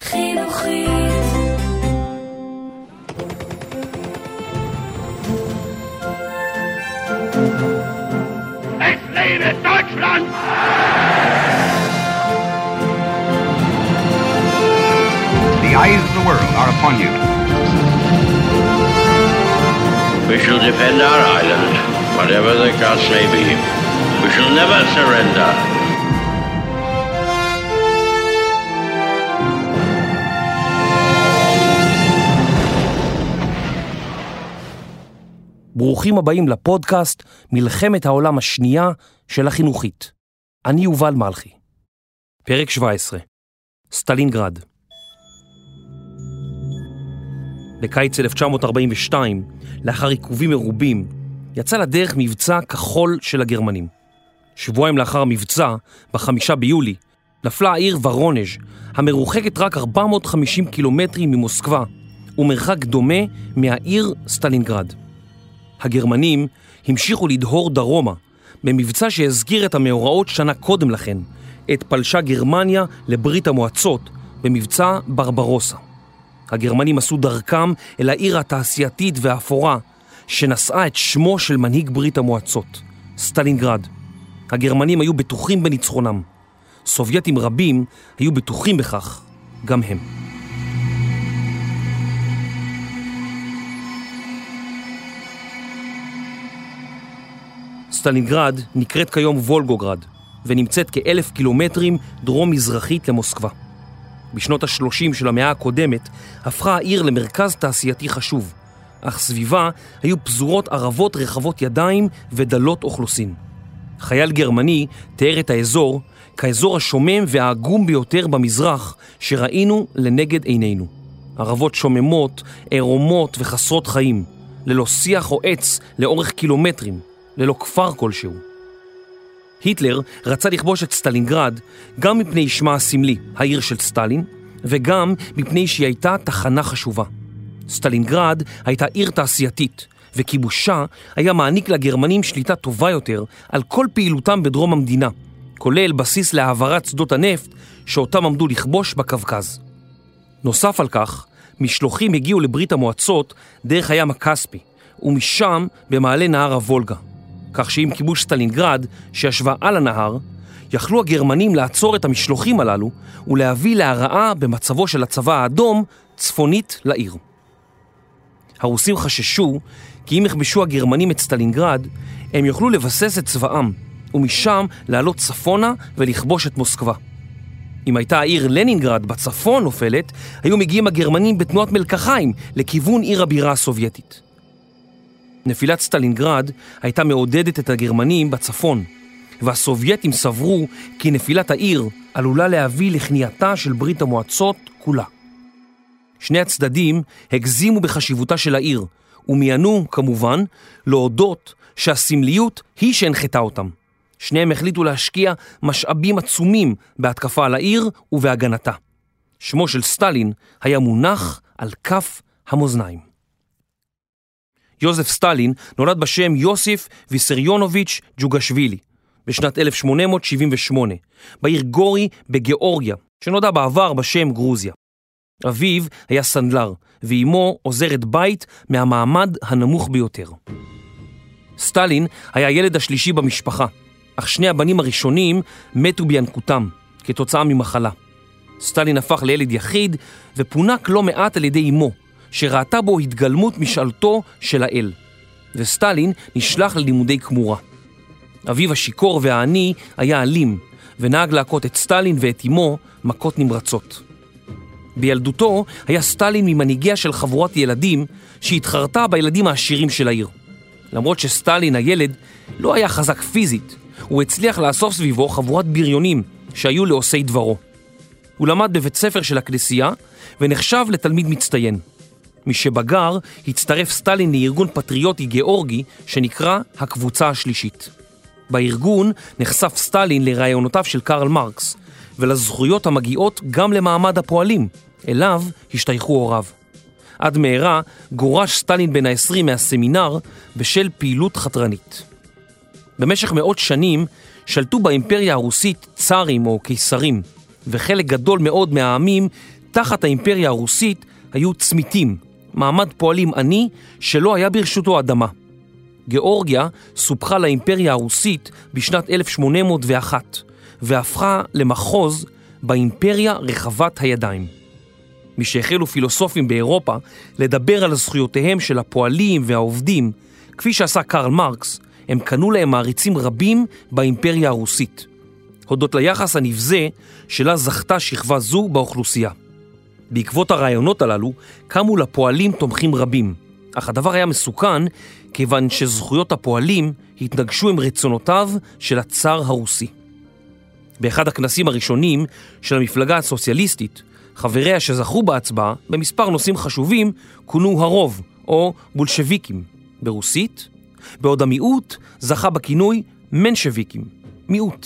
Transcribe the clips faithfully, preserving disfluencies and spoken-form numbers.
חינוכית. Es lebe Deutschland! The eyes of the world are upon you. We shall defend our island, whatever the cost may be. We shall never surrender. ברוכים הבאים לפודקאסט מלחמת העולם השנייה של החינוכית. אני יובל מלכי. פרק שבע עשרה. סטלינגרד. בקיץ אלף תשע מאות ארבעים ושתיים, לאחר עיכובים מרובים, יצא לדרך מבצע כחול של הגרמנים. שבועיים לאחר המבצע, בחמישה ביולי, נפלה העיר ורונז' המרוחקת רק ארבע מאות וחמישים קילומטרים ממוסקבה, ומרחק דומה מהעיר סטלינגרד. הגרמנים המשיכו לדהור דרומה, במבצע שהזכיר את המאורעות שנה קודם לכן, את פלשה גרמניה לברית המועצות במבצע ברברוסה. הגרמנים עשו דרכם אל העיר התעשייתית והאפורה, שנשאה את שמו של מנהיג ברית המועצות, סטלינגרד. הגרמנים היו בטוחים בניצחונם. סובייטים רבים היו בטוחים בכך, גם הם. סטלינגרד נקראת כיום וולגוגרד, ונמצאת כאלף קילומטרים דרום-מזרחית למוסקבה. בשנות ה-שלושים של המאה הקודמת הפכה העיר למרכז תעשייתי חשוב, אך סביבה היו פזורות ערבות רחבות ידיים ודלות אוכלוסין. חייל גרמני תיאר את האזור כאזור השומם והעגום ביותר במזרח שראינו לנגד עינינו. ערבות שוממות, עירומות וחסרות חיים, ללא שיח או עץ לאורך קילומטרים, ללא כפר כלשהו. היטלר רצה לכבוש את סטלינגרד גם מפני שמה הסמלי, העיר של סטלין, וגם מפני שהיא הייתה תחנה חשובה. סטלינגרד הייתה עיר תעשייתית, וכיבושה היה מעניק לגרמנים שליטה טובה יותר על כל פעילותם בדרום המדינה, כולל בסיס להעברת שדות הנפט שאותם עמדו לכבוש בקווקז. נוסף על כך, משלוחים הגיעו לברית המועצות דרך הים הכספי, ומשם במעלה נהר הוולגה. כך שעם כיבוש סטלינגרד, שישבה על הנהר, יכלו הגרמנים לעצור את המשלוחים הללו ולהביא להרעה במצבו של הצבא האדום צפונית לעיר. הרוסים חששו כי אם יכבשו הגרמנים את סטלינגרד, הם יוכלו לבסס את צבאם, ומשם לעלות צפונה ולכבוש את מוסקבה. אם הייתה העיר לנינגרד בצפון נופלת, היו מגיעים הגרמנים בתנועת מלקחיים לכיוון עיר הבירה הסובייטית. נפילת סטלינגרד הייתה מעודדת את הגרמנים בצפון, והסובייטים סברו כי נפילת העיר עלולה להביא לכניעתה של ברית המועצות כולה. שני הצדדים הגזימו בחשיבותה של העיר, ומיינו, כמובן, להודות שהסמליות היא שהנחתה אותם. שניהם החליטו להשקיע משאבים עצומים בהתקפה על העיר ובהגנתה. שמו של סטלין היה מונח על כף המאזניים. יוזף סטלין נולד בשם יוסיף ויסריונוביץ' ג'וגשווילי בשנת אלף שמונה מאות שבעים ושמונה, בעיר גורי בגיאורגיה, שנודע בעבר בשם גרוזיה. אביו היה סנדלר, ואימו עוזרת בית מהמעמד הנמוך ביותר. סטלין היה הילד השלישי במשפחה, אך שני הבנים הראשונים מתו בינקותם, כתוצאה ממחלה. סטלין הפך לילד יחיד, ופונק לא מעט על ידי אמו, שראתה בו התגלמות משאלתו של האל, וסטלין נשלח ללימודי כמורה. אביו השיקור והעני היה אלים, ונהג להכות את סטלין ואת אמו מכות נמרצות. בילדותו היה סטלין ממנהיגיה של חבורת ילדים שהתחרתה בילדים העשירים של העיר. למרות שסטלין הילד לא היה חזק פיזית, הוא הצליח לאסוף סביבו חבורת בריונים שהיו לעושי דברו. הוא למד בבית ספר של הכנסייה ונחשב לתלמיד מצטיין. משבגר הצטרף סטלין לארגון פטריוטי גיאורגי שנקרא הקבוצה השלישית. בארגון נחשף סטלין לרעיונותיו של קרל מרקס ולזכויות המגיעות גם למעמד הפועלים, אליו השתייכו הוריו. עד מהרה גורש סטלין בן העשרים מהסמינר בשל פעילות חתרנית. במשך מאות שנים שלטו באימפריה הרוסית צארים או קיסרים, וחלק גדול מאוד מהעמים תחת האימפריה הרוסית היו צמיתים, מעמד פועלים עני שלא היה ברשותו אדמה. גיאורגיה סופחה לאימפריה הרוסית בשנת אלף שמונה מאות ואחת, והפכה למחוז באימפריה רחבת הידיים. משהחלו פילוסופים באירופה לדבר על זכויותיהם של הפועלים והעובדים, כפי שעשה קרל מרקס, הם קנו להם מעריצים רבים באימפריה הרוסית, הודות ליחס הנבזה שלה זכתה שכבה זו באוכלוסייה. בעקבות הרעיונות הללו קמו לפועלים תומכים רבים, אך הדבר היה מסוכן כיוון שזכויות הפועלים התנגשו עם רצונותיו של הצאר הרוסי. באחד הכנסים הראשונים של המפלגה הסוציאליסטית, חבריה שזכו בהצבעה במספר נושאים חשובים כונו הרוב או בולשביקים ברוסית, בעוד המיעוט זכה בכינוי מנשוויקים, מיעוט.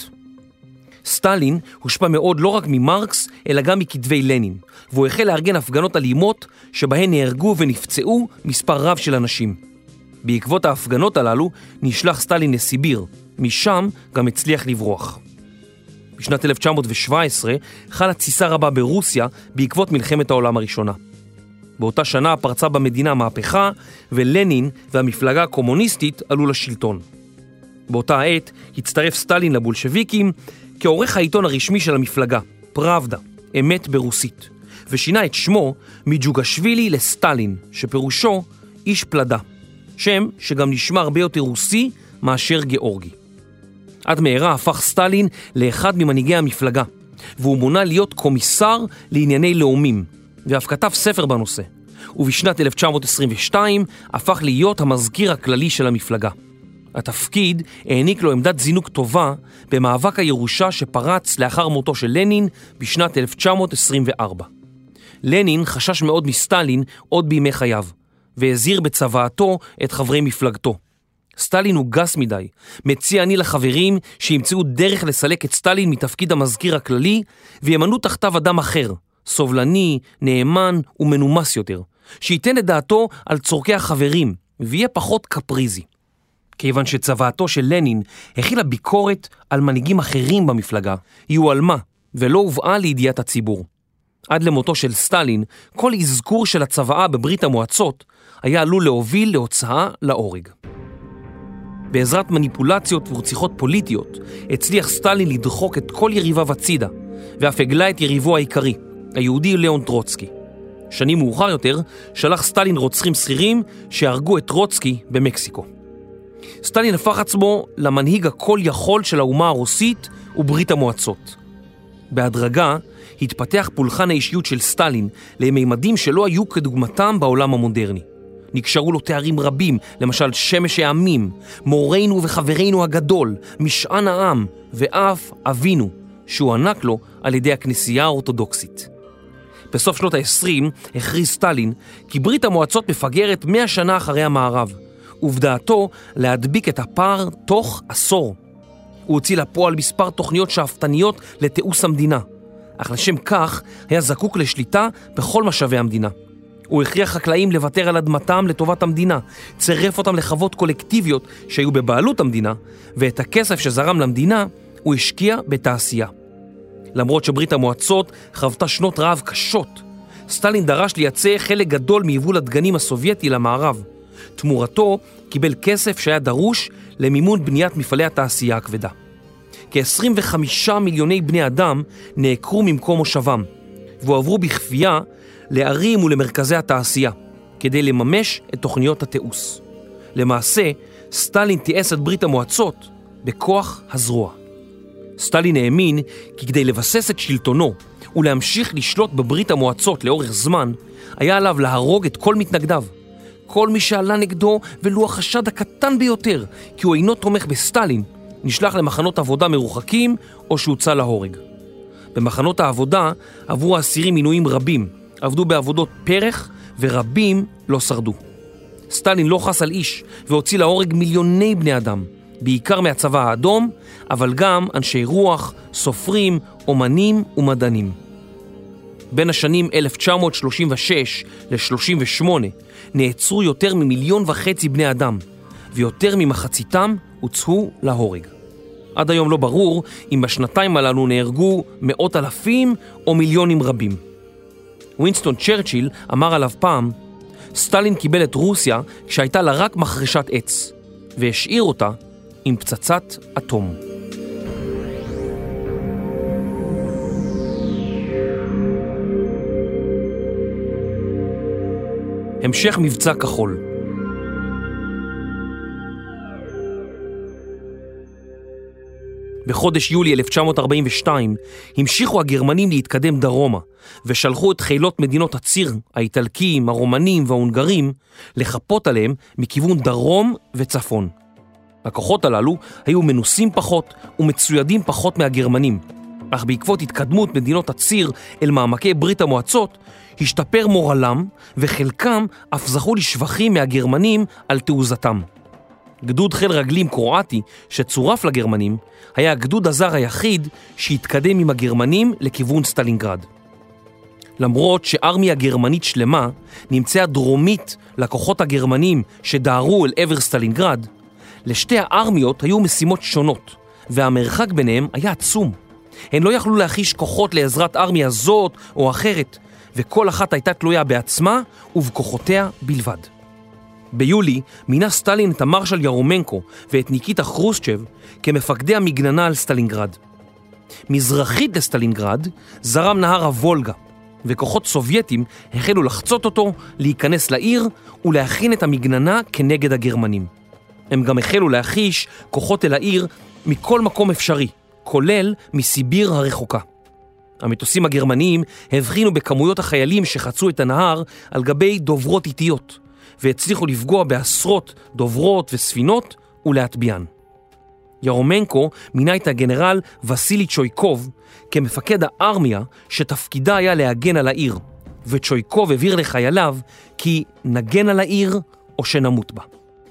סטלין הושפע מאוד לא רק ממרקס אלא גם מכתבי לנין, והוא החל לארגן הפגנות אלימות שבהן נהרגו ונפצעו מספר רב של אנשים. בעקבות ההפגנות הללו נשלח סטלין לסיביר, משם גם הצליח לברוח. בשנת אלף תשע מאות שבע עשרה חלה תסיסה רבה ברוסיה בעקבות מלחמת העולם הראשונה. באותה שנה פרצה במדינה מהפכה ולנין והמפלגה הקומוניסטית עלו לשלטון. באותה העת הצטרף סטלין לבולשביקים כעורך העיתון הרשמי של המפלגה, פראבדה, אמת ברוסית, ושינה את שמו מג'וגשווילי לסטלין, שפירושו איש פלדה, שם שגם נשמע הרבה יותר רוסי מאשר גיאורגי. עד מהרה הפך סטלין לאחד ממנהיגי המפלגה, והוא מונה להיות קומיסר לענייני לאומים, ואף כתב ספר בנושא, ובשנת אלף תשע מאות עשרים ושתיים הפך להיות המזכיר הכללי של המפלגה. התפקיד העניק לו עמדת זינוק טובה במאבק הירושה שפרץ לאחר מותו של לנין בשנת אלף תשע מאות עשרים וארבע. לנין חשש מאוד מסטלין עוד בימי חייו, והזהיר בצוואתו את חברי מפלגתו. סטלין הוא גס מדי, מציע אני לחברים שימצאו דרך לסלק את סטלין מתפקיד המזכיר הכללי, וימנו תחתיו אדם אחר, סובלני, נאמן ומנומס יותר, שייתן את דעתו על צורכי החברים, ויהיה פחות קפריזי. כיוון שצוואתו של לנין הכילה ביקורת על מנהיגים אחרים במפלגה, היא הועלמה ולא הובאה לידיעת הציבור. עד למותו של סטלין, כל אזכור של הצוואה בברית המועצות היה עלול להוביל להוצאה להורג. בעזרת מניפולציות ורציחות פוליטיות, הצליח סטלין לדחוק את כל יריביו הצידה, ואף הגלה את יריבו העיקרי, היהודי ליאון טרוצקי. שנים מאוחר יותר, שלח סטלין רוצחים שכירים שהרגו את טרוצקי במקסיקו. סטלין הפך עצמו למנהיג הכל יכול של האומה הרוסית וברית המועצות. בהדרגה התפתח פולחן האישיות של סטלין לממדים שלא היו כדוגמתם בעולם המודרני. נקשרו לו תארים רבים, למשל שמש העמים, מורנו וחברנו הגדול, משען העם, ואף אבינו, שהוא ענק לו על ידי הכנסייה האורתודוקסית. בסוף שנות ה-עשרים הכריז סטלין כי ברית המועצות מפגרת מאה שנה אחרי המערב, ובדעתו להדביק את הפער תוך עשור. הוא הוציא לפועל מספר תוכניות שאפתניות לתיעוש המדינה, אך לשם כך היה זקוק לשליטה בכל משאבי המדינה. הוא הכריח חקלאים לוותר על אדמתם לטובת המדינה, צירף אותם לחוות קולקטיביות שהיו בבעלות המדינה, ואת הכסף שזרם למדינה הוא השקיע בתעשייה. למרות שברית המועצות חוותה שנות רעב קשות, סטלין דרש לייצא חלק גדול מיבול הדגנים הסובייטי למערב. תמורתו קיבל כסף שהיה דרוש למימון בניית מפעלי התעשייה הכבדה. כ-עשרים וחמישה מיליוני בני אדם נעקרו ממקום מושבם, והועברו בכפייה לערים ולמרכזי התעשייה, כדי לממש את תוכניות התיעוש. למעשה, סטלין תיעש את ברית המועצות בכוח הזרוע. סטלין האמין כי כדי לבסס את שלטונו ולהמשיך לשלוט בברית המועצות לאורך זמן, היה עליו להרוג את כל מתנגדיו. כל מי שעלה נגדו ולו החשד הקטן ביותר כי הוא אינו תומך בסטלין, נשלח למחנות עבודה מרוחקים או שהוצא להורג. במחנות העבודה עברו האסירים מינויים רבים, עבדו בעבודות פרח ורבים לא שרדו. סטלין לא חס על איש והוציא להורג מיליוני בני אדם, בעיקר מהצבא האדום, אבל גם אנשי רוח, סופרים, אומנים ומדענים. בין השנים אלף תשע מאות שלושים ושש ל-שלושים ושמונה נעצרו יותר ממיליון וחצי בני אדם, ויותר ממחציתם הוצאו להורג. עד היום לא ברור אם בשנתיים הללו נהרגו מאות אלפים או מיליונים רבים. ווינסטון צ'רצ'יל אמר עליו פעם, סטלין קיבל את רוסיה כשהייתה לה רק מחרשת עץ, והשאיר אותה עם פצצת אטום. המשך מבצע כחול. בחודש יולי אלף תשע מאות ארבעים ושתיים המשיכו הגרמנים להתקדם דרומה, ושלחו את חילות מדינות הציר, האיטלקים, הרומנים וההונגרים, לחפות עליהם מכיוון דרום וצפון. הכוחות הללו היו מנוסים פחות ומצוידים פחות מהגרמנים, אך בעקבות התקדמות מדינות הציר אל מעמקי ברית המועצות, השתפר מורלם, וחלקם אף זכו לשבחים מהגרמנים על תעוזתם. גדוד חיל רגלים קרואטי שצורף לגרמנים, היה הגדוד הזר היחיד שהתקדם עם הגרמנים לכיוון סטלינגרד. למרות שארמיה גרמנית שלמה נמצאה דרומית לכוחות הגרמנים שדהרו אל עבר סטלינגרד, לשתי הארמיות היו משימות שונות, והמרחק ביניהם היה עצום. הן לא יכלו להחיש כוחות לעזרת ארמיה זאת או אחרת, וכל אחת הייתה תלויה בעצמה ובכוחותיה בלבד. ביולי מינה סטלין את המרשל ירומנקו ואת ניקיטה חרושצ'ב כמפקדי המגננה על סטלינגרד. מזרחית לסטלינגרד זרם נהר הוולגה, וכוחות סובייטים החלו לחצות אותו, להיכנס לעיר ולהכין את המגננה כנגד הגרמנים. הם גם החלו להחיש כוחות אל העיר מכל מקום אפשרי, כולל מסיביר הרחוקה. המטוסים הגרמניים הבחינו בכמויות החיילים שחצו את הנהר על גבי דוברות איטיות, והצליחו לפגוע בעשרות דוברות וספינות ולהטביען. ירומנקו מינה את הגנרל וסילי צ'ויקוב כמפקד הארמיה שתפקידה היה להגן על העיר, וצ'ויקוב הבהיר לחייליו כי נגן על העיר או שנמות בה.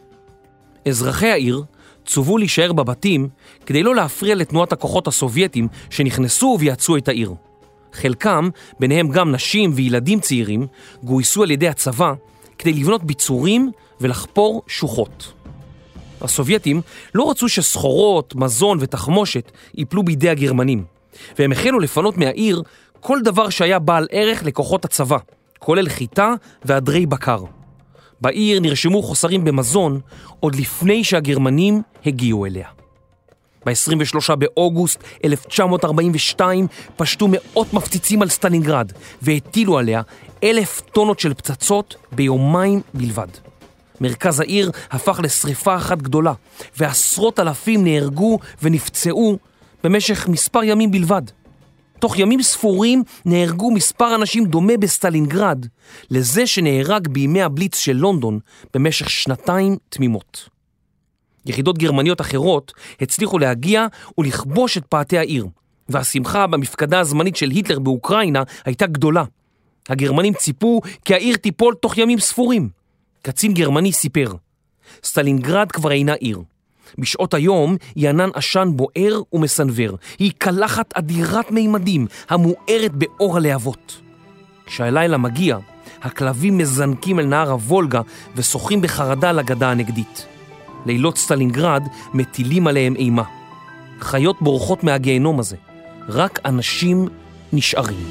אזרחי העיר צובו להישאר בבתים כדי לא להפריע לתנועת הכוחות הסובייטים שנכנסו ויצאו את העיר. חלקם, ביניהם גם נשים וילדים צעירים, גויסו על ידי הצבא כדי לבנות ביצורים ולחפור שוחות. הסובייטים לא רצו שסחורות, מזון ותחמושת ייפלו בידי הגרמנים, והם החלו לפנות מהעיר כל דבר שהיה בעל ערך לכוחות הצבא, כולל חיטה ועדרי בקר. בעיר נרשמו חוסרים במזון עוד לפני שהגרמנים הגיעו אליה. ב-עשרים ושלושה באוגוסט אלף תשע מאות ארבעים ושתיים פשטו מאות מפציצים על סטלינגרד והטילו עליה אלף טונות של פצצות ביומיים בלבד. מרכז העיר הפך לשריפה אחת גדולה, ועשרות אלפים נהרגו ונפצעו במשך מספר ימים בלבד. תוך ימים ספורים נהרגו מספר אנשים דומה בסטלינגרד לזה שנהרג בימי הבליץ של לונדון במשך שנתיים תמימות. יחידות גרמניות אחרות הצליחו להגיע ולכבוש את פאתי העיר, והשמחה במפקדה הזמנית של היטלר באוקראינה הייתה גדולה. הגרמנים ציפו כי העיר תיפול תוך ימים ספורים. קצין גרמני סיפר, סטלינגרד כבר אינה עיר. בשעות היום היא ענן עשן בוער ומסנבר. היא קלחת אדירת מימדים המוארת באור הלהבות. כשהלילה מגיע, הכלבים מזנקים אל נהר הוולגה ושוחים בחרדה לגדה הנגדית. לילות סטלינגרד מטילים עליהם אימה. חיות בורחות מהגיהנום הזה. רק אנשים נשארים.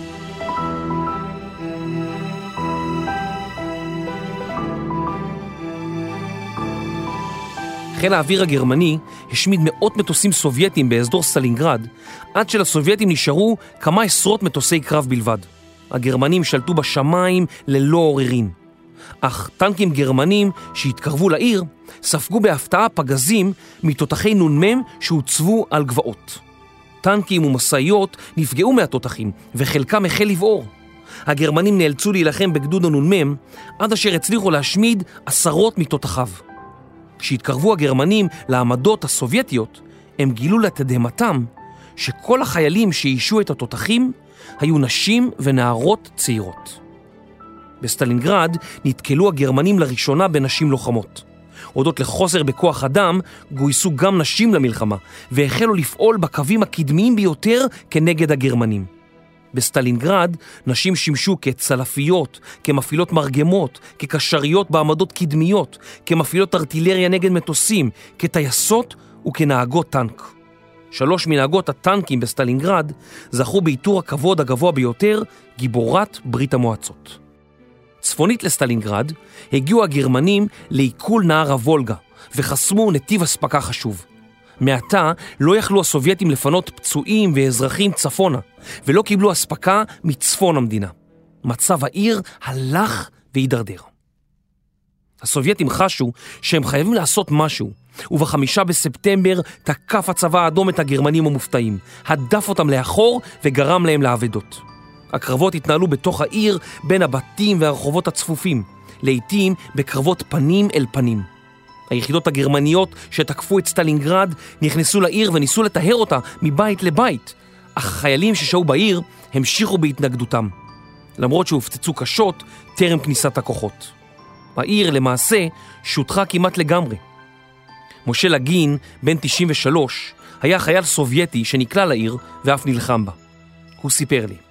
חיל האוויר הגרמני השמיד מאות מטוסים סובייטים באזור סטלינגרד, עד שלסובייטים נשארו כמה עשרות מטוסי קרב בלבד. הגרמנים שלטו בשמיים ללא עוררין. אך טנקים גרמנים שהתקרבו לעיר ספגו בהפתעה פגזים מתותחי נ"מ שהוצבו על גבעות. טנקים ומשאיות נפגעו מהתותחים וחלקם החל לבעור. הגרמנים נאלצו להילחם בגדוד הנ"מ עד אשר הצליחו להשמיד עשרות מתותחיו. כשהתקרבו הגרמנים לעמדות הסובייטיות, הם גילו לתדהמתם שכל החיילים שאישו את התותחים היו נשים ונערות צעירות. בסטלינגרד נתקלו הגרמנים לראשונה בנשים לוחמות. הודות לחוסר בכוח אדם, גויסו גם נשים למלחמה, והחלו לפעול בקווים הקדמיים ביותר כנגד הגרמנים. בסטלינגרד נשים שימשו כצלפיות, כמפעילות מרגמות, כקשריות בעמדות קדמיות, כמפעילות ארטילריה נגד מטוסים, כטייסות וכנהגות טנק. שלוש מנהגות הטנקים בסטלינגרד זכו בעיטור הכבוד הגבוה ביותר, גיבורת ברית המועצות. צפונית לסטלינגרד הגיעו הגרמנים לעיכול נהר הוולגה וחסמו נתיב הספקה חשוב. מעתה לא יכלו הסובייטים לפנות פצועים ואזרחים צפונה, ולא קיבלו הספקה מצפון המדינה. מצב העיר הלך והידרדר. הסובייטים חשו שהם חייבים לעשות משהו, ובחמישה בספטמבר תקף הצבא האדום את הגרמנים המופתעים, הדף אותם לאחור וגרם להם לעבדות. הקרבות התנהלו בתוך העיר בין הבתים והרחובות הצפופים, לעתים בקרבות פנים אל פנים. היחידות הגרמניות שתקפו את סטלינגרד נכנסו לעיר וניסו לטהר אותה מבית לבית, אך החיילים ששהו בעיר המשיכו בהתנגדותם, למרות שהופצצו קשות טרם כניסת הכוחות. העיר למעשה שותחה כמעט לגמרי. משה לגין, בן תשעים ושלוש, היה חייל סובייטי שנקלע לעיר ואף נלחם בה. הוא סיפר לי: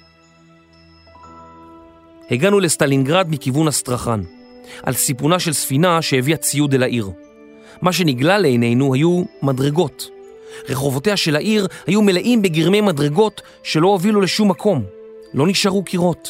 הגענו לסטלינגרד מכיוון אסטרחן, על סיפונה של ספינה שהביאה ציוד אל העיר. מה שנגלה לעינינו היו מדרגות. רחובותיה של העיר היו מלאים בגרמי מדרגות שלא הובילו לשום מקום. לא נשארו קירות.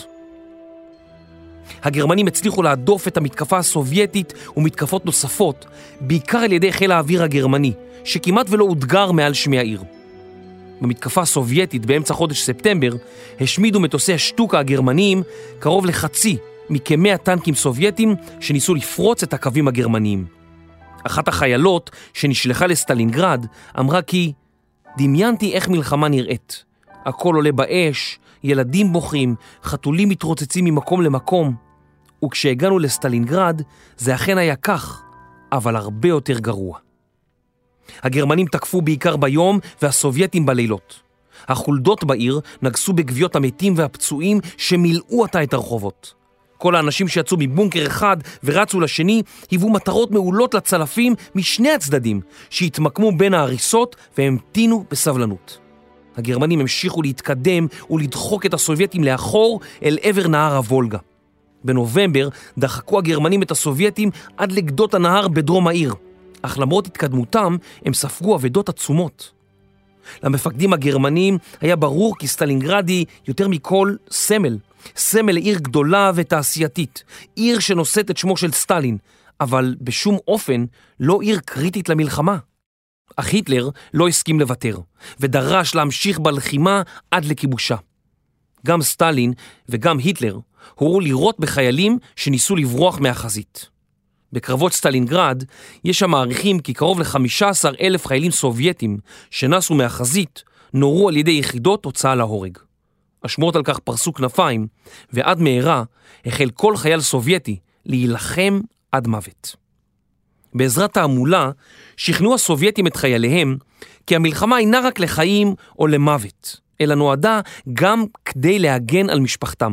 הגרמנים הצליחו להדוף את המתקפה הסובייטית ומתקפות נוספות, בעיקר על ידי חיל האוויר הגרמני, שכמעט ולא הודגר מעל שמי העיר. במתקפה הסובייטית באמצע חודש ספטמבר השמידו מטוסי השטוקה הגרמניים קרוב לחצי מכמאה טנקים סובייטים שניסו לפרוץ את הקווים הגרמניים. אחת החיילות שנשלחה לסטלינגרד אמרה כי דמיינתי איך מלחמה נראית. הכל עולה באש, ילדים בוכים, חתולים מתרוצצים ממקום למקום. וכשהגענו לסטלינגרד זה אכן היה כך, אבל הרבה יותר גרוע. הגרמנים תקפו בעיקר ביום והסובייטים בלילות. החולדות בעיר נגסו בגוויות המתים והפצועים שמילאו עתה את הרחובות. כל האנשים שיצאו מבונקר אחד ורצו לשני היוו מטרות מעולות לצלפים משני הצדדים שהתמקמו בין ההריסות והמתינו בסבלנות. הגרמנים המשיכו להתקדם ולדחוק את הסובייטים לאחור אל עבר נהר הוולגה. בנובמבר דחקו הגרמנים את הסובייטים עד לגדות הנהר בדרום העיר, אך למרות התקדמותם הם ספגו אבדות עצומות. למפקדים הגרמנים היה ברור כי סטלינגרד היא יותר מכל סמל, סמל לעיר גדולה ותעשייתית, עיר שנושאת את שמו של סטלין, אבל בשום אופן לא עיר קריטית למלחמה. אך היטלר לא הסכים לוותר, ודרש להמשיך בלחימה עד לכיבושה. גם סטלין וגם היטלר הורו לירות בחיילים שניסו לברוח מהחזית. בקרבות סטלינגרד יש המעריכים כי קרוב ל-חמישה עשר אלף חיילים סובייטים שנסו מהחזית נורו על ידי יחידות הוצאה להורג. השמועות על כך פרסו כנפיים, ועד מהרה החל כל חייל סובייטי להילחם עד מוות. בעזרת תעמולה שכנעו הסובייטים את חייליהם כי המלחמה אינה רק לחיים או למוות, אלא נועדה גם כדי להגן על משפחתם.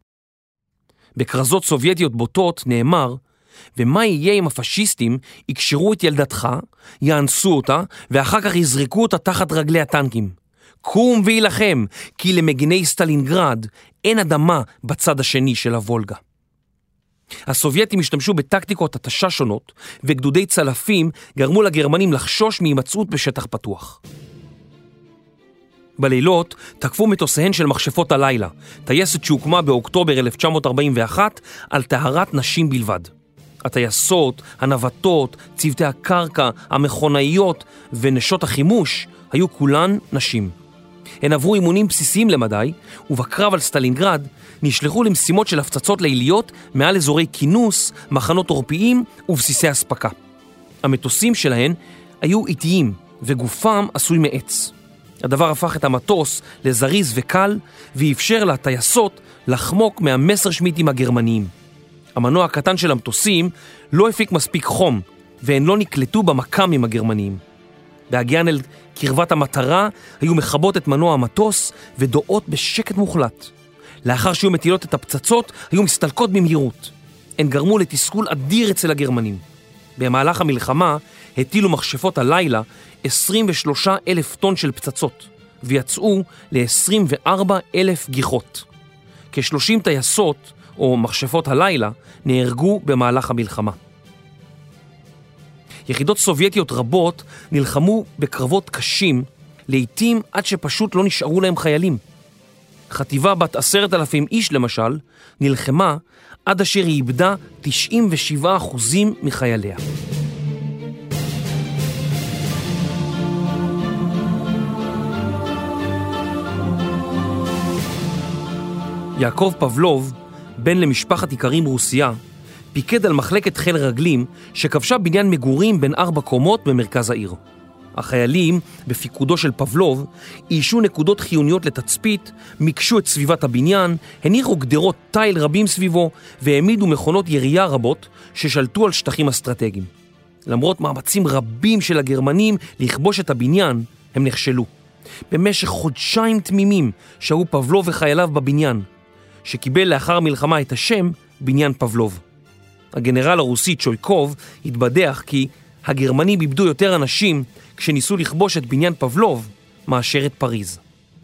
בכרזות סובייטיות בוטות נאמר: ומה יהיה אם הפשיסטים יקשרו את ילדתך, יאנסו אותה ואחר כך יזרקו אותה תחת רגלי הטנקים. קום וילחם, כי למגיני סטלינגרד אין אדמה בצד השני של הוולגה. הסובייטים השתמשו בטקטיקות התשה שונות, וגדודי צלפים גרמו לגרמנים לחשוש מהימצאות בשטח פתוח. בלילות תקפו מטוסיהן של מכשפות הלילה, טייסת שהוקמה באוקטובר אלף תשע מאות ארבעים ואחת על טהרת נשים בלבד. הטייסות, הנווטות, צוותי הקרקע, המכונאיות ונשות החימוש היו כולן נשים. הן עברו אימונים בסיסיים למדי, ובקרב על סטלינגרד נשלחו למשימות של הפצצות ליליות מעל אזורי כינוס, מחנות עורפיים ובסיסי הספקה. המטוסים שלהן היו איטיים וגופם עשוי מעץ. הדבר הפך את המטוס לזריז וקל, ואפשר לטייסות לחמוק מהמסר שמיטים הגרמניים. המנוע הקטן של המטוסים לא הפיק מספיק חום, והן לא נקלטו במקמים הגרמניים. בהגיען אל קרבת המטרה היו מחבות את מנוע המטוס ודועות בשקט מוחלט. לאחר שהיו מטילות את הפצצות היו מסתלקות במהירות. הן גרמו לתסכול אדיר אצל הגרמנים. במהלך המלחמה הטילו מכשפות הלילה עשרים ושלושה אלף טון של פצצות, ויצאו ל-עשרים וארבעה אלף גיחות. כ-שלושים טייסות או מכשפות הלילה נהרגו במהלך המלחמה. יחידות סובייטיות רבות נלחמו בקרבות קשים לעתים עד שפשוט לא נשארו להם חיילים. חטיבה בת עשרת אלפים איש למשל, נלחמה עד אשר היא איבדה תשעים ושבעה אחוזים מחייליה. יעקב פבלוב, בן למשפחת איכרים רוסיה, פיקד על מחלקת חיל רגלים שכבשה בניין מגורים בין ארבע קומות במרכז העיר. החיילים, בפיקודו של פבלוב, אישו נקודות חיוניות לתצפית, מקשו את סביבת הבניין, הניחו גדרות תיל רבים סביבו, והעמידו מכונות ירייה רבות ששלטו על שטחים אסטרטגיים. למרות מאמצים רבים של הגרמנים לכבוש את הבניין, הם נכשלו. במשך חודשיים תמימים שהו פבלוב וחייליו בבניין, שקיבל לאחר מלחמה את השם בניין פבלוב. הגנרל הרוסי צ'ויקוב התבדח כי הגרמנים איבדו יותר אנשים כשניסו לכבוש את בניין פבלוב מאשר את פריז.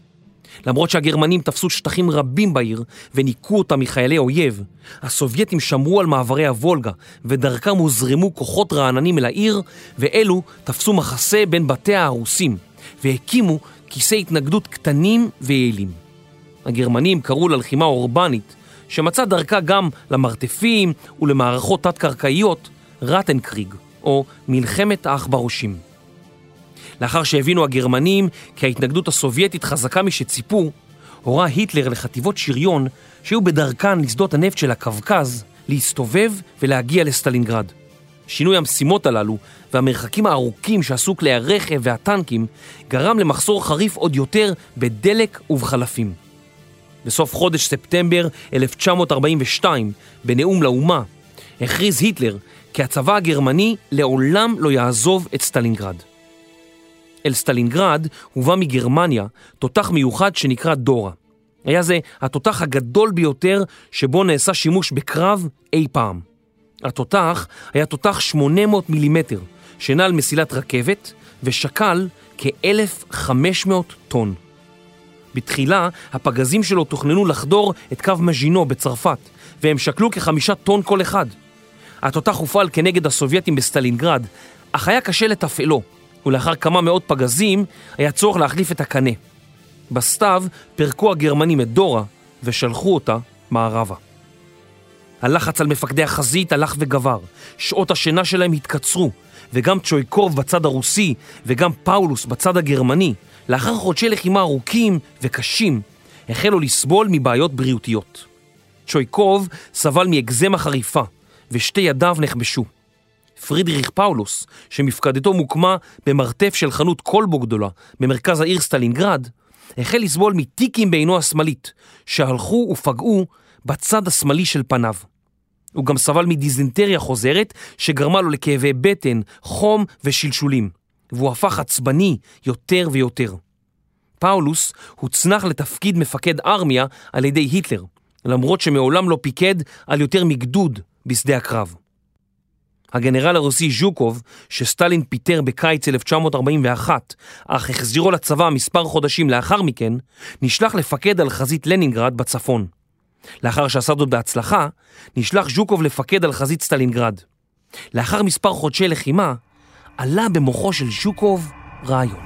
למרות שהגרמנים תפסו שטחים רבים בעיר וניקו אותם מחיילי אויב, הסובייטים שמרו על מעברי הוולגה ודרכם הוזרמו כוחות רעננים אל העיר, ואלו תפסו מחסה בין בתי הרוסים והקימו כיסי התנגדות קטנים ויעילים. הגרמנים קראו ללחימה אורבנית, שמצא דרכה גם למרתפים ולמערכות תת-קרקעיות, רטנקריג, או מלחמת העכברושים. לאחר שהבינו הגרמנים כי ההתנגדות הסובייטית חזקה משציפו, הורה היטלר לחטיבות שריון שהיו בדרכן לשדות הנפט של הקווקז להסתובב ולהגיע לסטלינגרד. שינוי המשימות הללו והמרחקים הארוכים שעשו כלי הרכב והטנקים גרם למחסור חריף עוד יותר בדלק ובחלפים. בסוף חודש ספטמבר אלף תשע מאות ארבעים ושתיים, בנאום לאומה, הכריז היטלר כי הצבא הגרמני לעולם לא יעזוב את סטלינגרד. אל סטלינגרד הובא מגרמניה תותח מיוחד שנקרא דורה. היה זה התותח הגדול ביותר שבו נעשה שימוש בקרב אי פעם. התותח היה תותח שמונה מאות מילימטר, שנע על מסילת רכבת ושקל כ-אלף וחמש מאות טון. בתחילה הפגזים שלו תוכננו לחדור את קו מז'ינו בצרפת, והם שקלו כחמישה טון כל אחד. התותח הופעל כנגד הסובייטים בסטלינגרד, אך היה קשה לתפעלו, ולאחר כמה מאות פגזים היה צורך להחליף את הקנה. בסתיו פרקו הגרמנים את דורה ושלחו אותה מערבה. הלחץ על מפקדי החזית הלך וגבר, שעות השינה שלהם התקצרו, וגם צ'ויקוב בצד הרוסי וגם פאולוס בצד הגרמני, לאחר חודשי לחימה ארוכים וקשים, החלו לסבול מבעיות בריאותיות. צ'ויקוב סבל מאקזמה חריפה, ושתי ידיו נחבשו. פרידריך פאולוס, שמפקדתו מוקמה במרתף של חנות קולבו גדולה במרכז העיר סטלינגרד, החל לסבול מטיקים בעינו השמאלית, שהלכו ופגעו בצד השמאלי של פניו. הוא גם סבל מדיזנטריה חוזרת, שגרמה לו לכאבי בטן, חום ושלשולים, והוא הפך עצבני יותר ויותר. פאולוס הוצנח לתפקיד מפקד ארמיה על ידי היטלר, למרות שמעולם לא פיקד על יותר מגדוד בשדה הקרב. הגנרל הרוסי ז'וקוב, שסטלין פיטר בקיץ אלף תשע מאות ארבעים ואחת, אך החזירו לצבא מספר חודשים לאחר מכן, נשלח לפקד על חזית לנינגרד בצפון. לאחר שעשה זאת בהצלחה, נשלח ז'וקוב לפקד על חזית סטלינגרד. לאחר מספר חודשי לחימה, עלה במוחו של ז'וקוב רעיון.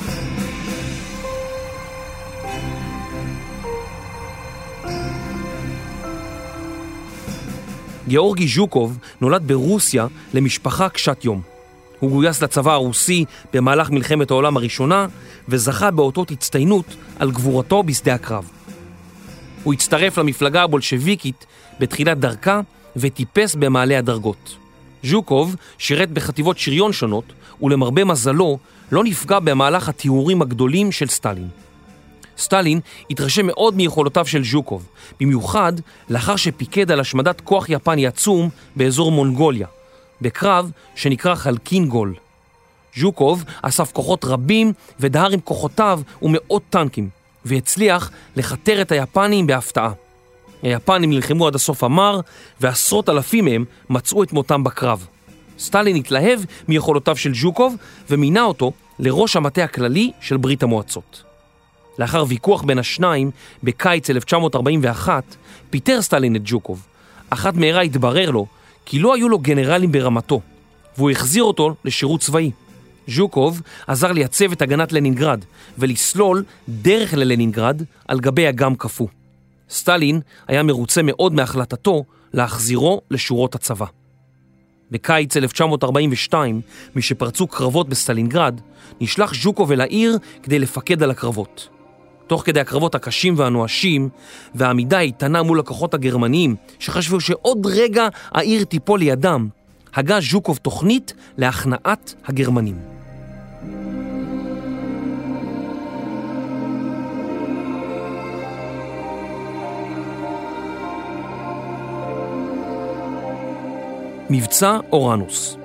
גאורגי ז'וקוב נולד ברוסיה למשפחה קשת יום. הוא גויס לצבא הרוסי במהלך מלחמת העולם הראשונה, וזכה באותות הצטיינות על גבורתו בשדה הקרב. הוא הצטרף למפלגה הבולשביקית בתחילת דרכה וטיפס במעלה הדרגות. ז'וקוב שירת בחטיבות שריון שונות, ולמרבה מזלו לא נפגע במהלך הטיהורים הגדולים של סטלין. סטלין התרשם מאוד מיכולותיו של ז'וקוב, במיוחד לאחר שפיקד על השמדת כוח יפני עצום באזור מונגוליה, בקרב שנקרא חלקינגול. ז'וקוב אסף כוחות רבים ודהר עם כוחותיו ומאות טנקים, והצליח לחתר את היפנים בהפתעה. היפנים נלחמו עד הסוף המר, ועשרות אלפים מהם מצאו את מותם בקרב. סטלין התלהב מיכולותיו של ז'וקוב, ומינה אותו לראש המטה הכללי של ברית המועצות. לאחר ויכוח בין השניים, בקיץ אלף תשע מאות ארבעים ואחת, פיטר סטלין את ז'וקוב. אחת מהרה התברר לו כי לא היו לו גנרלים ברמתו, והוא החזיר אותו לשירות צבאי. ז'וקוב עזר לייצב את הגנת לנינגרד ולסלול דרך ללנינגרד על גבי אגם קפוא. סטלין היה מרוצה מאוד מהחלטתו להחזירו לשורות הצבא. בקיץ אלף תשע מאות ארבעים ושתיים, משפרצו קרבות בסטלינגרד, נשלח ז'וקוב אל העיר כדי לפקד על הקרבות. תוך כדי הקרבות הקשים והנואשים, והעמידה איתנה מול הכוחות הגרמניים, שחשבו שעוד רגע העיר תיפול לידם, הגה ז'וקוב תוכנית להכנעת הגרמנים. מבצע אורנוס.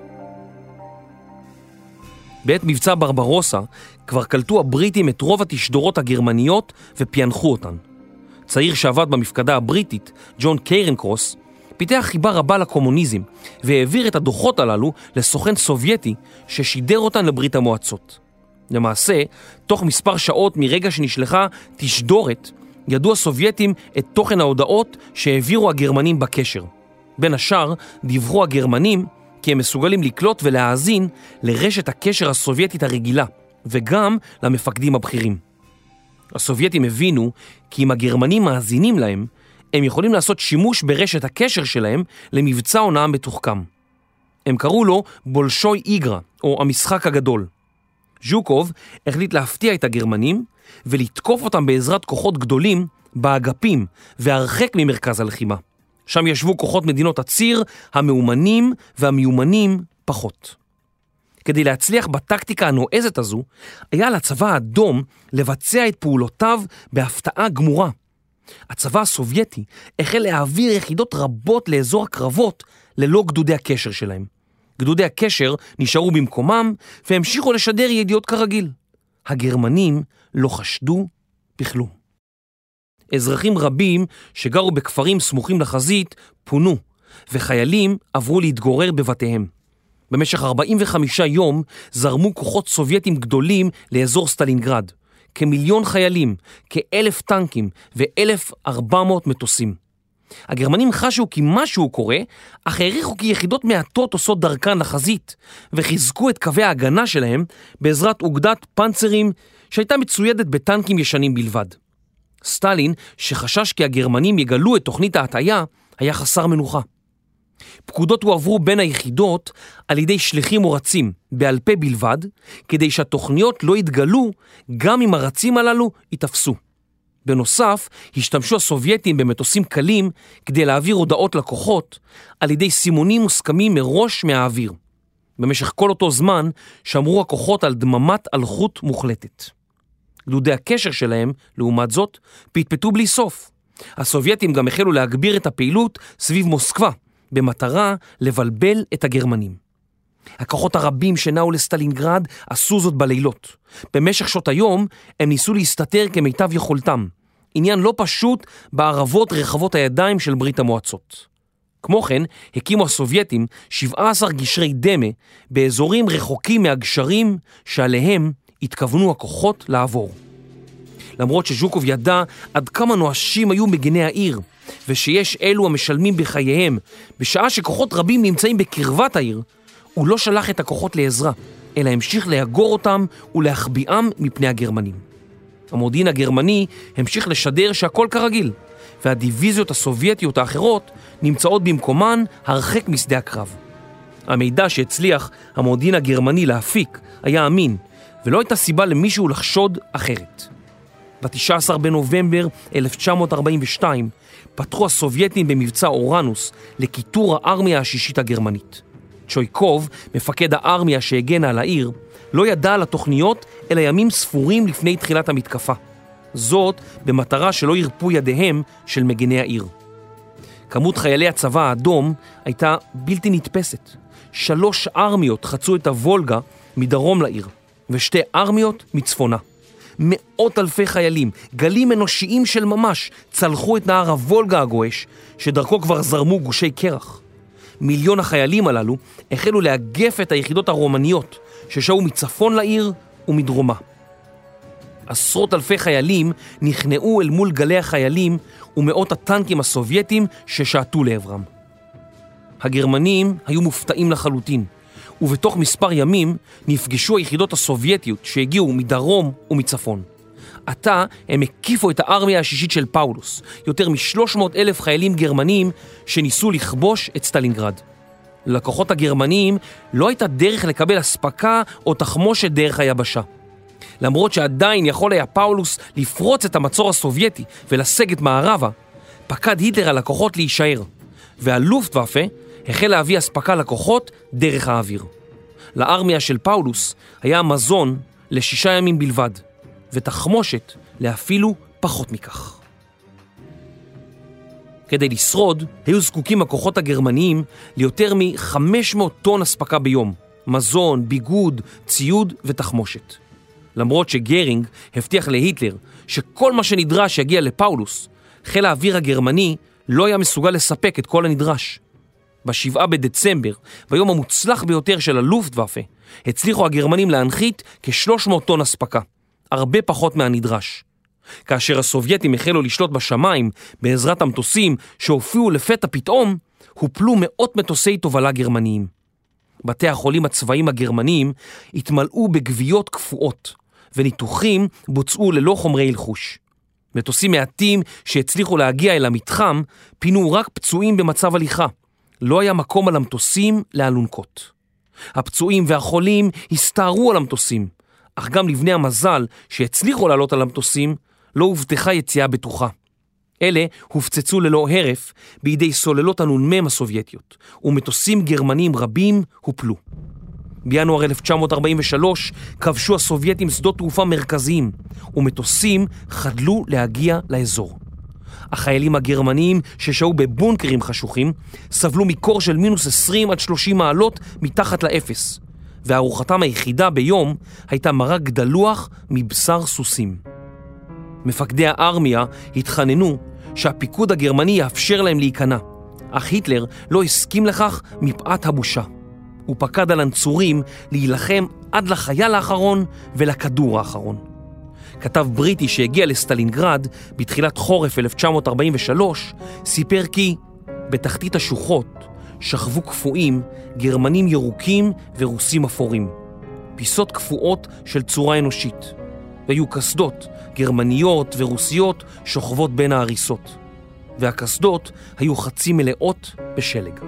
בעת מבצע ברברוסה כבר קלטו הבריטים את רוב התשדורות הגרמניות ופיינחו אותן. צעיר שעבד במפקדה הבריטית, ג'ון קיירנקרוס, פיתח חיבה רבה לקומוניזם והעביר את הדוחות הללו לסוכן סובייטי ששידר אותן לברית המועצות. למעשה, תוך מספר שעות מרגע שנשלחה תשדורת, ידעו הסובייטים את תוכן ההודעות שהעבירו הגרמנים בקשר. בין השאר דיווחו הגרמנים כי הם מסוגלים לקלוט ולהאזין לרשת הקשר הסובייטית הרגילה וגם למפקדים הבכירים. הסובייטים הבינו כי אם הגרמנים מאזינים להם, הם יכולים לעשות שימוש ברשת הקשר שלהם למבצע הונאה מתוחכם. הם קראו לו בולשוי איגרה, או המשחק הגדול. ז'וקוב החליט להפתיע את הגרמנים ולתקוף אותם בעזרת כוחות גדולים באגפים והרחק ממרכז הלחימה. שם ישבו כוחות מדינות הציר, המאומנים והמיומנים פחות. כדי להצליח בטקטיקה הנועזת הזו, היה לצבא האדום לבצע את פעולותיו בהפתעה גמורה. הצבא הסובייטי החל להעביר יחידות רבות לאזור הקרבות ללא גדודי הקשר שלהם. גדודי הקשר נשארו במקומם והמשיכו לשדר ידיעות כרגיל. הגרמנים לא חשדו בכלום. אזרחים רבים שגרו בכפרים סמוכים לחזית פונו, וחיילים עברו להתגורר בבתיהם. במשך ארבעים וחמישה יום זרמו כוחות סובייטים גדולים לאזור סטלינגרד, כמיליון חיילים, כאלף טנקים ואלף ארבע מאות מטוסים. הגרמנים חשו כי משהו קורה, אך העריכו כי יחידות מעטות עושות דרכן לחזית, וחיזקו את קווי ההגנה שלהם בעזרת אוגדת פנצרים שהייתה מצוידת בטנקים ישנים בלבד. סטלין, שחשש כי הגרמנים יגלו את תוכנית ההטעיה, היה חסר מנוחה. פקודות הועברו בין היחידות על ידי שליחים ורצים, בעל פה בלבד, כדי שהתוכניות לא יתגלו גם אם הרצים הללו יתפסו. בנוסף, השתמשו הסובייטים במטוסים קלים כדי להעביר הודעות לכוחות על ידי סימונים מוסכמים מראש מהאוויר. במשך כל אותו זמן שמרו הכוחות על דממת אלחוט מוחלטת. גדודי הקשר שלהם, לעומת זאת, פטפטו בלי סוף. הסובייטים גם החלו להגביר את הפעילות סביב מוסקבה, במטרה לבלבל את הגרמנים. הכוחות הרבים שנעו לסטלינגרד עשו זאת בלילות. במשך שעות היום הם ניסו להסתתר כמיטב יכולתם. עניין לא פשוט בערבות רחבות הידיים של ברית המועצות. כמו כן, הקימו הסובייטים שבעה עשר גשרי דמה באזורים רחוקים מהגשרים שעליהם התכוונו הכוחות לעבור. למרות שז'וקוב ידע עד כמה נואשים היו מגני העיר, ושיש אלו המשלמים בחייהם, בשעה שכוחות רבים נמצאים בקרבת העיר, הוא לא שלח את הכוחות לעזרה, אלא המשיך להגור אותם ולהחביאם מפני הגרמנים. המודיעין הגרמני המשיך לשדר שהכל כרגיל, והדיוויזיות הסובייטיות האחרות נמצאות במקומן הרחק משדה הקרב. המידע שהצליח המודיעין הגרמני להפיק היה אמין, ולא הייתה סיבה למישהו לחשוד אחרת. ב-תשעה עשר בנובמבר אלף תשע מאות ארבעים ושתיים פתחו הסובייטים במבצע אורנוס לכיתור הארמיה השישית הגרמנית. צ'ויקוב, מפקד הארמיה שהגנה על העיר, לא ידע על התוכניות אלא ימים ספורים לפני תחילת המתקפה. זאת במטרה שלא ירפו ידיהם של מגני העיר. כמות חיילי הצבא האדום הייתה בלתי נתפסת. שלוש ארמיות חצו את הוולגה מדרום לעיר, ושתי ארמיות מצפונה. מאות אלפי חיילים, גלים אנושיים של ממש, צלחו את נהר הוולגה הגועש, שדרכו כבר זרמו גושי קרח. מיליון החיילים הללו החלו לאגף את היחידות הרומניות, ששהו מצפון לעיר ומדרומה. עשרות אלפי חיילים נכנעו אל מול גלי החיילים ומאות הטנקים הסובייטים ששעטו לעברם. הגרמנים היו מופתעים לחלוטין, ובתוך מספר ימים נפגשו היחידות הסובייטיות שהגיעו מדרום ומצפון. עתה הם הקיפו את הארמיה השישית של פאולוס, יותר מ-שלוש מאות אלף חיילים גרמנים שניסו לכבוש את סטלינגרד. לכוחות הגרמניים לא הייתה דרך לקבל הספקה או תחמושת דרך היבשה. למרות שעדיין יכול היה פאולוס לפרוץ את המצור הסובייטי ולסגת מערבה, פקד היטלר על הכוחות להישאר, והלופטוואפה החל להביא הספקה לכוחות דרך האוויר. לארמיה של פאולוס היה מזון לשישה ימים בלבד, ותחמושת לאפילו פחות מכך. כדי לשרוד, היו זקוקים הכוחות הגרמניים ליותר מ-חמש מאות טון הספקה ביום, מזון, ביגוד, ציוד ותחמושת. למרות שגרינג הבטיח להיטלר שכל מה שנדרש יגיע לפאולוס, חיל האוויר הגרמני לא היה מסוגל לספק את כל הנדרש. בשבעה בדצמבר, ביום המוצלח ביותר של הלופטוואפה, הצליחו הגרמנים להנחית כ-שלוש מאות טון הספקה, הרבה פחות מהנדרש. כאשר הסובייטים החלו לשלוט בשמיים בעזרת המטוסים שהופיעו לפתע פתאום, הופלו מאות מטוסי תובלה גרמניים. בתי החולים הצבאיים הגרמניים התמלאו בגוויות קפואות, וניתוחים בוצעו ללא חומרי הלחוש. מטוסים מעטים שהצליחו להגיע אל המתחם פינו רק פצועים במצב הליכה. לא היה מקום על המטוסים לאלונקות. הפצועים והחולים הסתערו על המטוסים, אך גם לבני המזל שהצליחו לעלות על המטוסים לא הובטחה יציאה בטוחה. אלה הופצצו ללא הרף בידי סוללות הנ"מ הסובייטיות, ומטוסים גרמנים רבים הופלו. בינואר אלף תשע מאות ארבעים ושלוש כבשו הסובייטים שדות תעופה מרכזיים, ומטוסים חדלו להגיע לאזור. החיילים הגרמניים ששהו בבונקרים חשוכים סבלו מקור של מינוס עשרים עד שלושים מעלות מתחת לאפס, וארוחתם היחידה ביום הייתה מרק דלוח מבשר סוסים. מפקדי הארמיה התחננו שהפיקוד הגרמני יאפשר להם להיכנע, אך היטלר לא הסכים לכך מפאת הבושה. הוא פקד על הנצורים להילחם עד לחייל האחרון ולכדור האחרון. כתב בריטי שהגיע לסטלינגרד בתחילת חורף אלף תשע מאות ארבעים ושלוש סיפר כי בתחתית השוחות שכבו קפואים גרמנים ירוקים ורוסים אפורים, פיסות קפואות של צורה אנושית, והיו קסדות גרמניות ורוסיות שוכבות בין ההריסות, והקסדות היו חצי מלאות בשלג.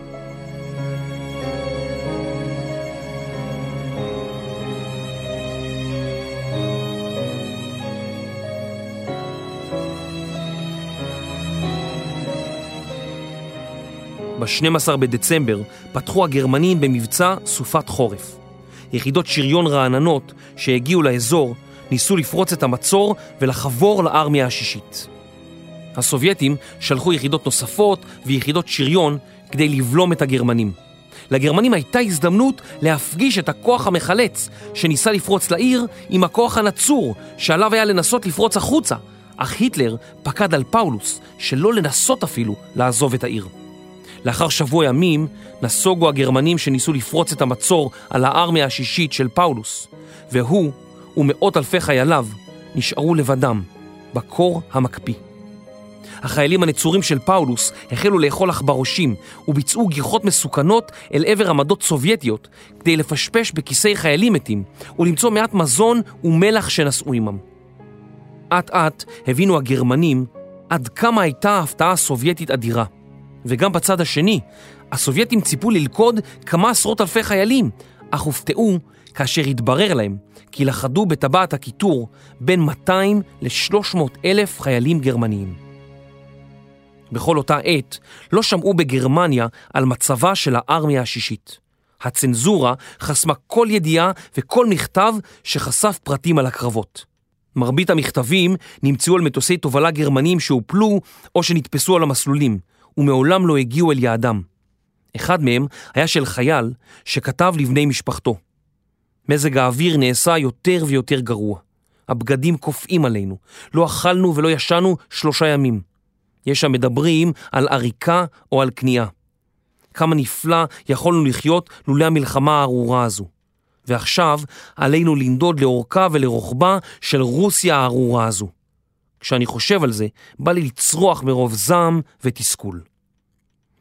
ב-שנים עשר בדצמבר פתחו הגרמנים במבצע סופת חורף. יחידות שריון רעננות שהגיעו לאזור ניסו לפרוץ את המצור ולחבור לארמיה השישית. הסובייטים שלחו יחידות נוספות ויחידות שריון כדי לבלום את הגרמנים. לגרמנים הייתה הזדמנות להפגיש את הכוח המחלץ שניסה לפרוץ לעיר עם הכוח הנצור שעליו היה לנסות לפרוץ החוצה, אך היטלר פקד על פאולוס שלא לנסות אפילו לעזוב את העיר. לאחר שבוע ימים נסוגו הגרמנים שניסו לפרוץ את המצור על הארמיה השישית של פאולוס, והוא ומאות אלפי חייליו נשארו לבדם בקור המקפיא. החיילים הנצורים של פאולוס החלו לאכול עכברושים וביצעו גיחות מסוכנות אל עבר עמדות סובייטיות כדי לפשפש בכיסי חיילים מתים ולמצוא מעט מזון ומלח שנשאו עמם. עט עט הבינו הגרמנים עד כמה הייתה ההפתעה הסובייטית אדירה. וגם בצד השני, הסובייטים ציפו ללכוד כמה עשרות אלפי חיילים, אך הופתעו כאשר התברר להם כי לחדו בטבעת הכיתור בין מאתיים ל-שלוש מאות אלף חיילים גרמניים. בכל אותה עת לא שמעו בגרמניה על מצבה של הארמיה השישית. הצנזורה חסמה כל ידיעה וכל מכתב שחשף פרטים על הקרבות. מרבית המכתבים נמצאו על מטוסי תובלה גרמנים שהופלו או שנתפסו על המסלולים, ומעולם לא הגיעו אל יעדם. אחד מהם היה של חייל שכתב לבני משפחתו: מזג האוויר נעשה יותר ויותר גרוע. הבגדים קופאים עלינו. לא אכלנו ולא ישנו שלושה ימים. יש שם מדברים על עריקה או על קנייה. כמה נפלא יכולנו לחיות לולא המלחמה הארורה הזו. ועכשיו עלינו לנדוד לאורכה ולרוחבה של רוסיה הארורה הזו. כשאני חושב על זה, בא לי לצרוח מרוב זעם ותסכול.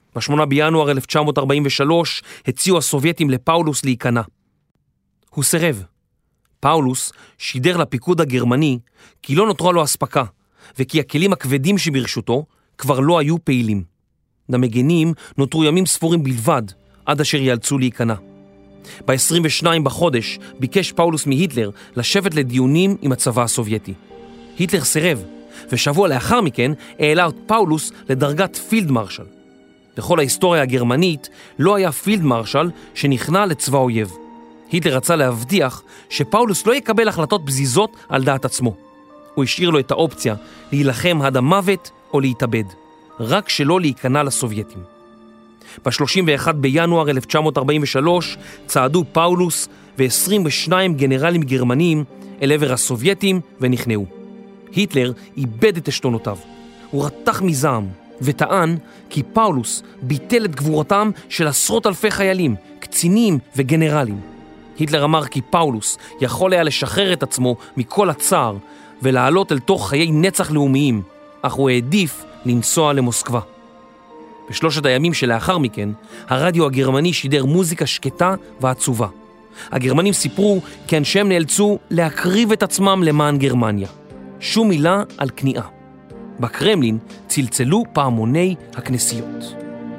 בשמונה בינואר אלף תשע מאות ארבעים ושלוש הציעו הסובייטים לפאולוס להיכנע. הוא סירב. פאולוס שידר לפיקוד הגרמני כי לא נותרה לו הספקה, וכי הכלים הכבדים שברשותו כבר לא היו פעילים. למגנים נותרו ימים ספורים בלבד, עד אשר יאלצו להיכנע. ב-עשרים ושניים בחודש ביקש פאולוס מהיטלר לשבת לדיונים עם הצבא הסובייטי. היטלר סירב, ושבוע לאחר מכן העלה את פאולוס לדרגת פילד מרשל. בכל ההיסטוריה הגרמנית לא היה פילד מרשל שנכנע לצבא אויב. היטלר רצה להבטיח שפאולוס לא יקבל החלטות בזיזות על דעת עצמו. הוא השאיר לו את האופציה להילחם עד המוות או להתאבד, רק שלא להיכנע לסובייטים. ב-שלושים ואחד בינואר אלף תשע מאות ארבעים ושלוש צעדו פאולוס ו-עשרים ושניים גנרלים גרמנים אל עבר הסובייטים ונכנעו. היטלר איבד את עשתונותיו. הוא רתח מזעם וטען כי פאולוס ביטל את גבורתם של עשרות אלפי חיילים, קצינים וגנרלים. היטלר אמר כי פאולוס יכול היה לשחרר את עצמו מכל הצער ולעלות אל תוך חיי נצח לאומיים, אך הוא העדיף לנסוע למוסקבה. בשלושת הימים שלאחר מכן, הרדיו הגרמני שידר מוזיקה שקטה ועצובה. הגרמנים סיפרו כי אנשיהם נאלצו להקריב את עצמם למען גרמניה. שום מילה על כניעה. בקרמלין צלצלו פעמוני הכנסיות.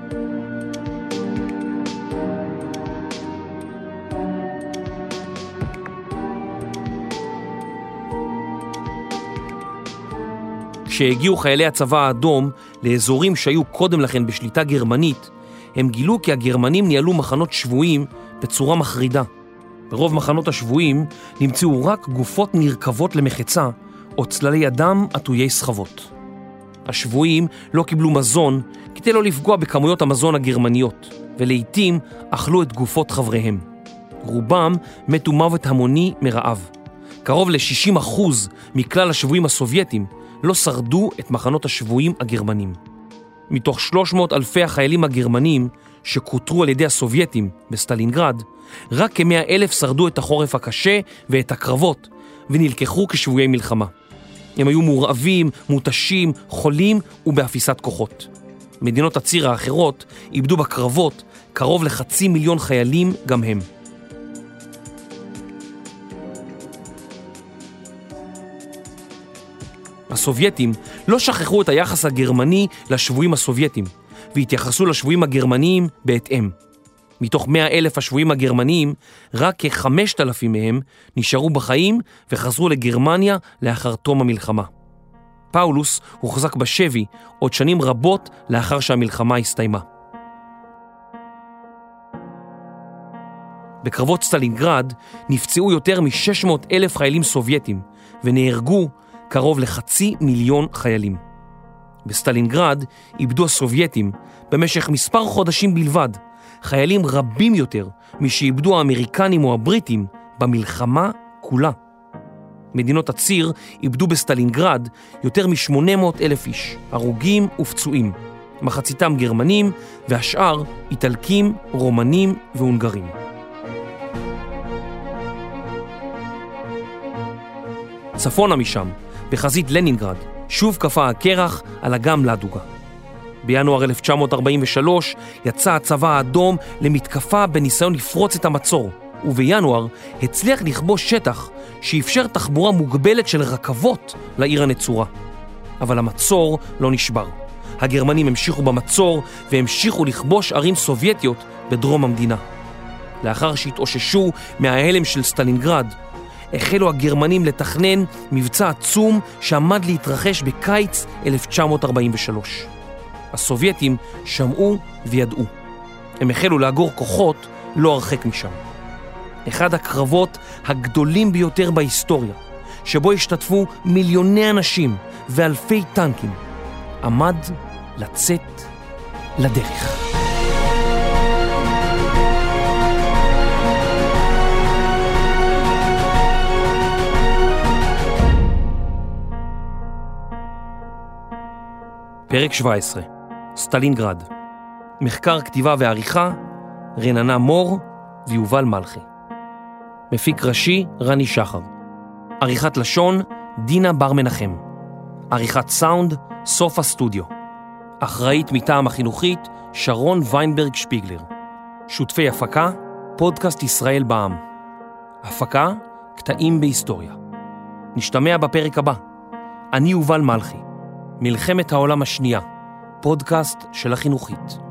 כשהגיעו חיילי הצבא האדום לאזורים שהיו קודם לכן בשליטה גרמנית, הם גילו כי הגרמנים ניהלו מחנות שבויים בצורה מחרידה. ברוב מחנות השבויים נמצאו רק גופות נרכבות למחצה או צללי אדם עטויי סחבות. השבויים לא קיבלו מזון כדי לא לפגוע בכמויות המזון הגרמניות, ולעיתים אכלו את גופות חבריהם. רובם מתו מוות המוני מרעב. קרוב ל-שישים אחוז מכלל השבויים הסובייטים לא שרדו את מחנות השבויים הגרמנים. מתוך שלוש מאות אלפי החיילים הגרמנים שקוטרו על ידי הסובייטים בסטלינגרד, רק כ-מאה אלף שרדו את החורף הקשה ואת הקרבות ונלקחו כשבויי מלחמה. הם היו מורעבים, מותשים, חולים ובאפיסת כוחות. מדינות הציר האחרות איבדו בקרבות קרוב לחצי מיליון חיילים גם הם. הסובייטים לא שכחו את היחס הגרמני לשבויים הסובייטים, והתייחסו לשבויים הגרמניים בהתאם. מתוך מאה אלף השבויים הגרמניים, רק כ-חמשת אלפים מהם נשארו בחיים וחזרו לגרמניה לאחר תום המלחמה. פאולוס הוחזק בשבי עוד שנים רבות לאחר שהמלחמה הסתיימה. בקרבות סטלינגרד נפצעו יותר מ-שש מאות אלף חיילים סובייטים ונהרגו קרוב לחצי מיליון חיילים. בסטלינגרד איבדו הסובייטים במשך מספר חודשים בלבד חיילים רבים יותר משאיבדו האמריקנים או הבריטים במלחמה כולה. מדינות הציר איבדו בסטלינגרד יותר מ-שמונה מאות אלף איש, הרוגים ופצועים, מחציתם גרמנים והשאר איטלקים, רומנים והונגרים. צפונה משם, בחזית לנינגרד, שוב קפה הקרח על אגם לדוגה. בינואר אלף תשע מאות ארבעים ושלוש יצא הצבא האדום למתקפה בניסיון לפרוץ את המצור, ובינואר הצליח לכבוש שטח שאפשר תחבורה מוגבלת של רכבות לעיר הנצורה. אבל המצור לא נשבר. הגרמנים המשיכו במצור והמשיכו לכבוש ערים סובייטיות בדרום המדינה. לאחר שהתאוששו מההלם של סטלינגרד, החלו הגרמנים לתכנן מבצע עצום שעמד להתרחש בקיץ אלף תשע מאות ארבעים ושלוש. הסובייטים שמעו וידעו. הם החלו לאגור כוחות לא הרחק משם. אחד הקרבות הגדולים ביותר בהיסטוריה, שבו השתתפו מיליוני אנשים ואלפי טנקים, עמד לצאת לדרך. פרק שבע עשרה, סטלינגרד. מחקר, כתיבה ועריכה, רננה מור ויובל מלכי. מפיק ראשי, רני שחר. עריכת לשון, דינה בר מנחם. עריכת סאונד, סופה סטודיו. אחראית מטעם החינוכית, שרון ויינברג שפיגלר. שותפי הפקה, פודקאסט ישראל בע"מ. הפקה, קטעים בהיסטוריה. נשתמע בפרק הבא. אני יובל מלכי. מלחמת העולם השנייה, פודקאסט של החינוכית.